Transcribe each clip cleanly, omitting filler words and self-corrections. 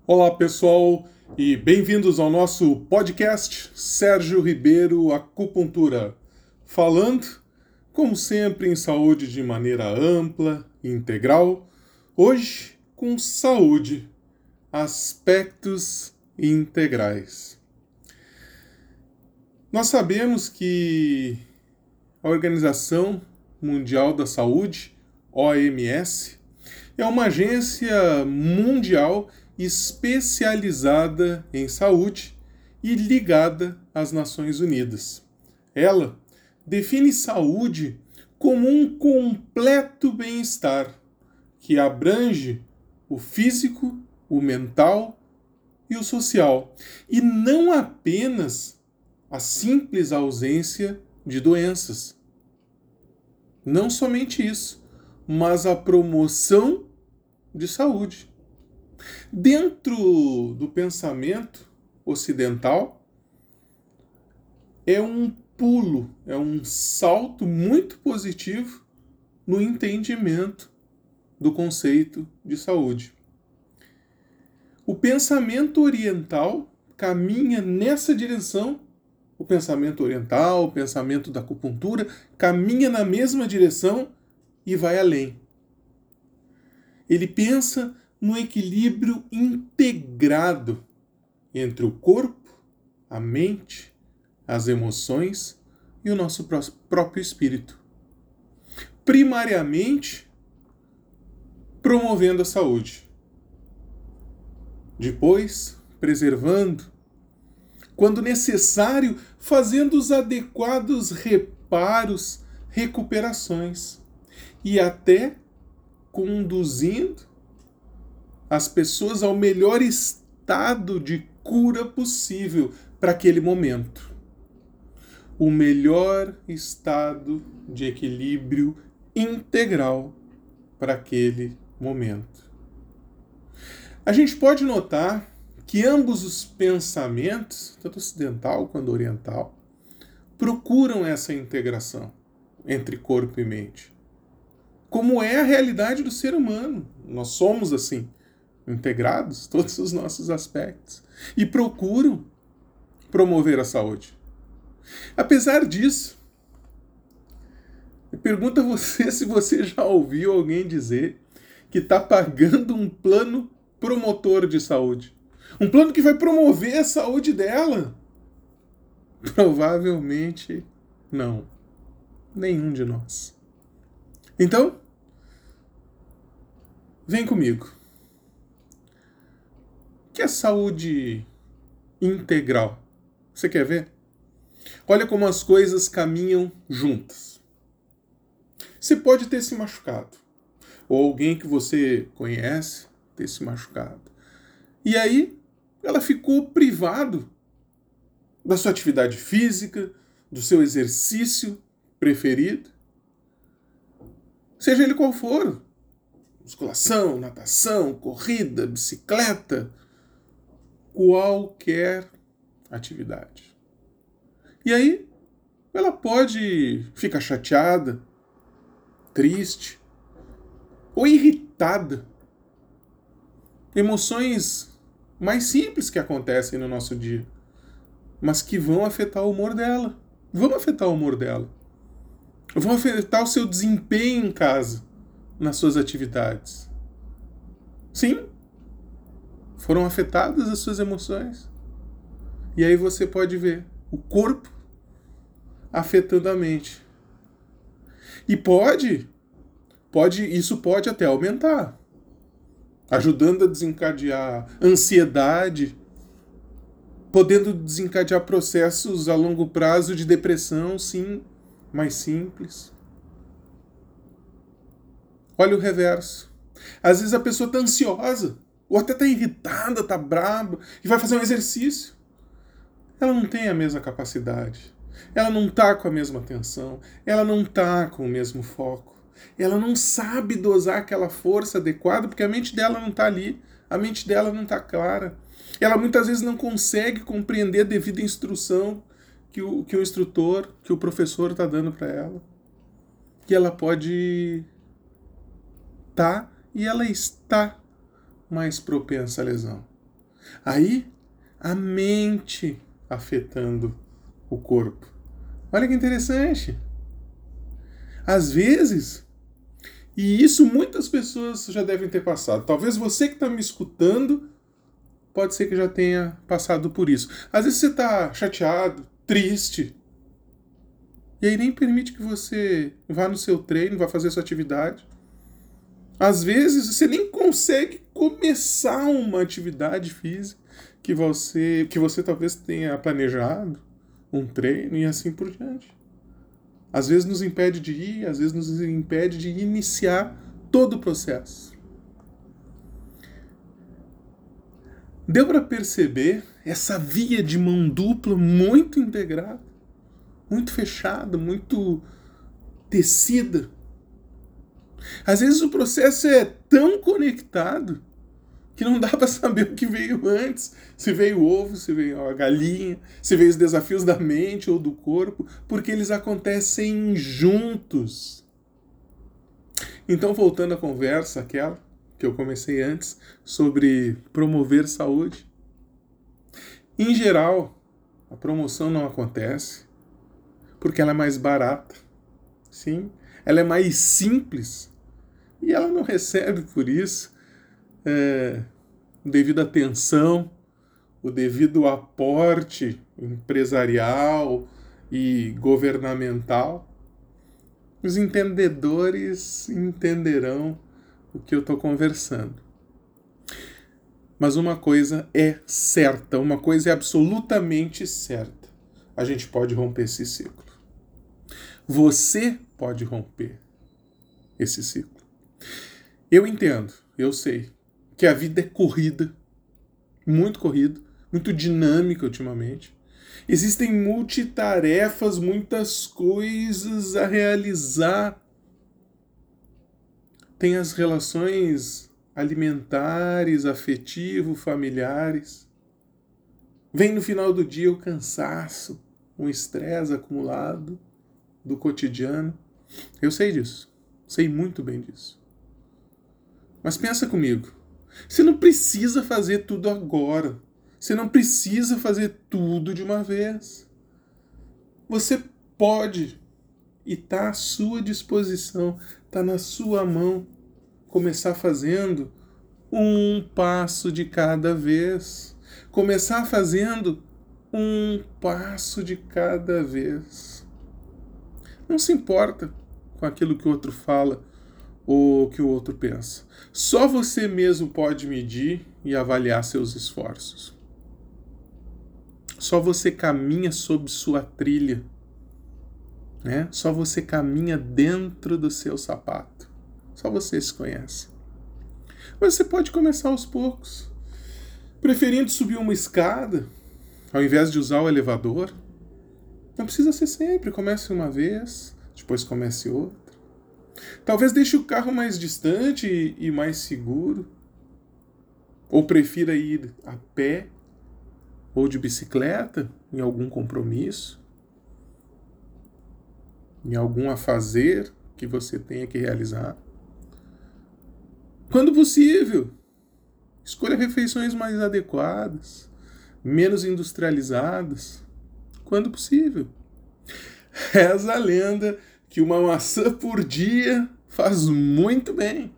Olá, pessoal, e bem-vindos ao nosso podcast Sérgio Ribeiro Acupuntura, falando, como sempre, em saúde de maneira ampla e integral, hoje com saúde, aspectos integrais. Nós sabemos que a Organização Mundial da Saúde, OMS, é uma agência mundial especializada em saúde e ligada às Nações Unidas. Ela define saúde como um completo bem-estar que abrange o físico, o mental e o social, e não apenas a simples ausência de doenças. Não somente isso, mas a promoção de saúde. Dentro do pensamento ocidental, é um pulo, é um salto muito positivo no entendimento do conceito de saúde. O pensamento oriental caminha nessa direção. O pensamento oriental, o pensamento da acupuntura, caminha na mesma direção e vai além. Ele pensa no equilíbrio integrado entre o corpo, a mente, as emoções e o nosso próprio espírito. Primariamente, promovendo a saúde. Depois, preservando, quando necessário, fazendo os adequados reparos, recuperações e até conduzindo as pessoas ao melhor estado de cura possível para aquele momento. O melhor estado de equilíbrio integral para aquele momento. A gente pode notar que ambos os pensamentos, tanto ocidental quanto oriental, procuram essa integração entre corpo e mente. Como é a realidade do ser humano. Nós somos assim, integrados, todos os nossos aspectos, e procuram promover a saúde. Apesar disso, eu pergunto a você se você já ouviu alguém dizer que está pagando um plano promotor de saúde. Um plano que vai promover a saúde dela. Provavelmente não. Nenhum de nós. Então, vem comigo. O que é saúde integral? Você quer ver? Olha como as coisas caminham juntas. Você pode ter se machucado. Ou alguém que você conhece ter se machucado. E aí, ela ficou privado da sua atividade física, do seu exercício preferido. Seja ele qual for. Musculação, natação, corrida, bicicleta, qualquer atividade. E aí, ela pode ficar chateada, triste ou irritada. Emoções mais simples que acontecem no nosso dia, mas que vão afetar o humor dela. Vão afetar o humor dela. Vão afetar o seu desempenho em casa, nas suas atividades. Sim, foram afetadas as suas emoções. E aí você pode ver o corpo afetando a mente. E isso pode até aumentar, ajudando a desencadear ansiedade, podendo desencadear processos a longo prazo de depressão, sim, mais simples. Olha o reverso. Às vezes a pessoa está ansiosa, ou até está irritada, está brava, e vai fazer um exercício. Ela não tem a mesma capacidade. Ela não está com a mesma atenção. Ela não está com o mesmo foco. Ela não sabe dosar aquela força adequada, porque a mente dela não está ali. A mente dela não está clara. Ela muitas vezes não consegue compreender a devida instrução que o instrutor, que o professor está dando para ela. E ela pode estar, e ela está mais propensa à lesão. Aí, a mente afetando o corpo. Olha que interessante. Às vezes, e isso muitas pessoas já devem ter passado. Talvez você que está me escutando, pode ser que já tenha passado por isso. Às vezes você está chateado, triste, e aí nem permite que você vá no seu treino, vá fazer a sua atividade. Às vezes você nem consegue começar uma atividade física que você talvez tenha planejado, um treino e assim por diante. Às vezes nos impede de ir, às vezes nos impede de iniciar todo o processo. Deu para perceber essa via de mão dupla muito integrada, muito fechada, muito tecida. Às vezes o processo é tão conectado que não dá para saber o que veio antes. Se veio o ovo, se veio a galinha, se veio os desafios da mente ou do corpo, porque eles acontecem juntos. Então, voltando à conversa, aquela que eu comecei antes, sobre promover saúde. Em geral, a promoção não acontece porque ela é mais barata. Sim, ela é mais simples e ela não recebe por isso devido atenção, o devido aporte empresarial e governamental. Os entendedores entenderão o que eu estou conversando. Mas uma coisa é certa, uma coisa é absolutamente certa. A gente pode romper esse ciclo. Você pode romper esse ciclo. Eu entendo, eu sei que a vida é corrida, muito dinâmica ultimamente. Existem multitarefas, muitas coisas a realizar. Tem as relações alimentares, afetivo, familiares. Vem no final do dia o cansaço, um estresse acumulado do cotidiano. Eu sei disso, sei muito bem disso. Mas pensa comigo, você não precisa fazer tudo agora. Você não precisa fazer tudo de uma vez. Você pode, e está à sua disposição, está na sua mão, começar fazendo um passo de cada vez. Começar fazendo um passo de cada vez. Não se importa com aquilo que o outro fala ou que o outro pensa. Só você mesmo pode medir e avaliar seus esforços. Só você caminha sob sua trilha, né? Só você caminha dentro do seu sapato. Só você se conhece. Mas você pode começar aos poucos, preferindo subir uma escada ao invés de usar o elevador. Não precisa ser sempre. Comece uma vez, depois comece outra. Talvez deixe o carro mais distante e mais seguro. Ou prefira ir a pé ou de bicicleta em algum compromisso, em algum afazer que você tenha que realizar. Quando possível, escolha refeições mais adequadas, menos industrializadas. Quando possível. Reza a lenda que uma maçã por dia faz muito bem.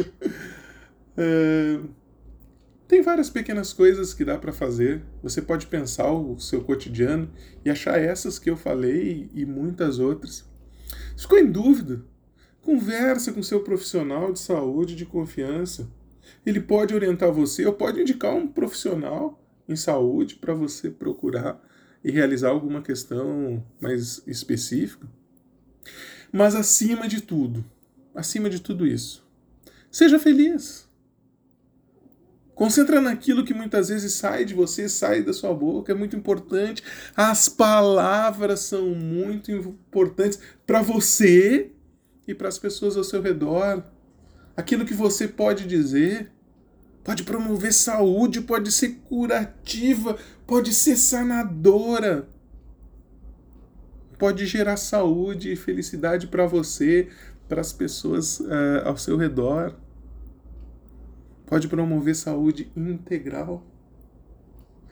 Tem várias pequenas coisas que dá para fazer. Você pode pensar o seu cotidiano e achar essas que eu falei e muitas outras. Se ficou em dúvida, conversa com seu profissional de saúde de confiança. Ele pode orientar você ou pode indicar um profissional em saúde para você procurar e realizar alguma questão mais específica. Mas acima de tudo isso, seja feliz. Concentra naquilo que muitas vezes sai de você, sai da sua boca, é muito importante. As palavras são muito importantes para você e para as pessoas ao seu redor. Aquilo que você pode dizer pode promover saúde, pode ser curativa, pode ser sanadora. Pode gerar saúde e felicidade para você, para as pessoas ao seu redor. Pode promover saúde integral.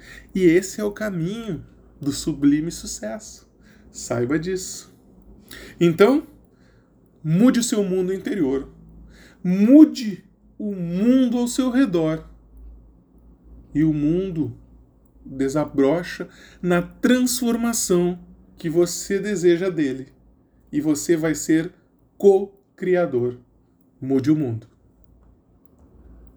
E esse é o caminho do sublime sucesso. Saiba disso. Então, mude o seu mundo interior. Mude o mundo ao seu redor. E o mundo desabrocha na transformação que você deseja dele. E você vai ser co-criador. Mude o mundo.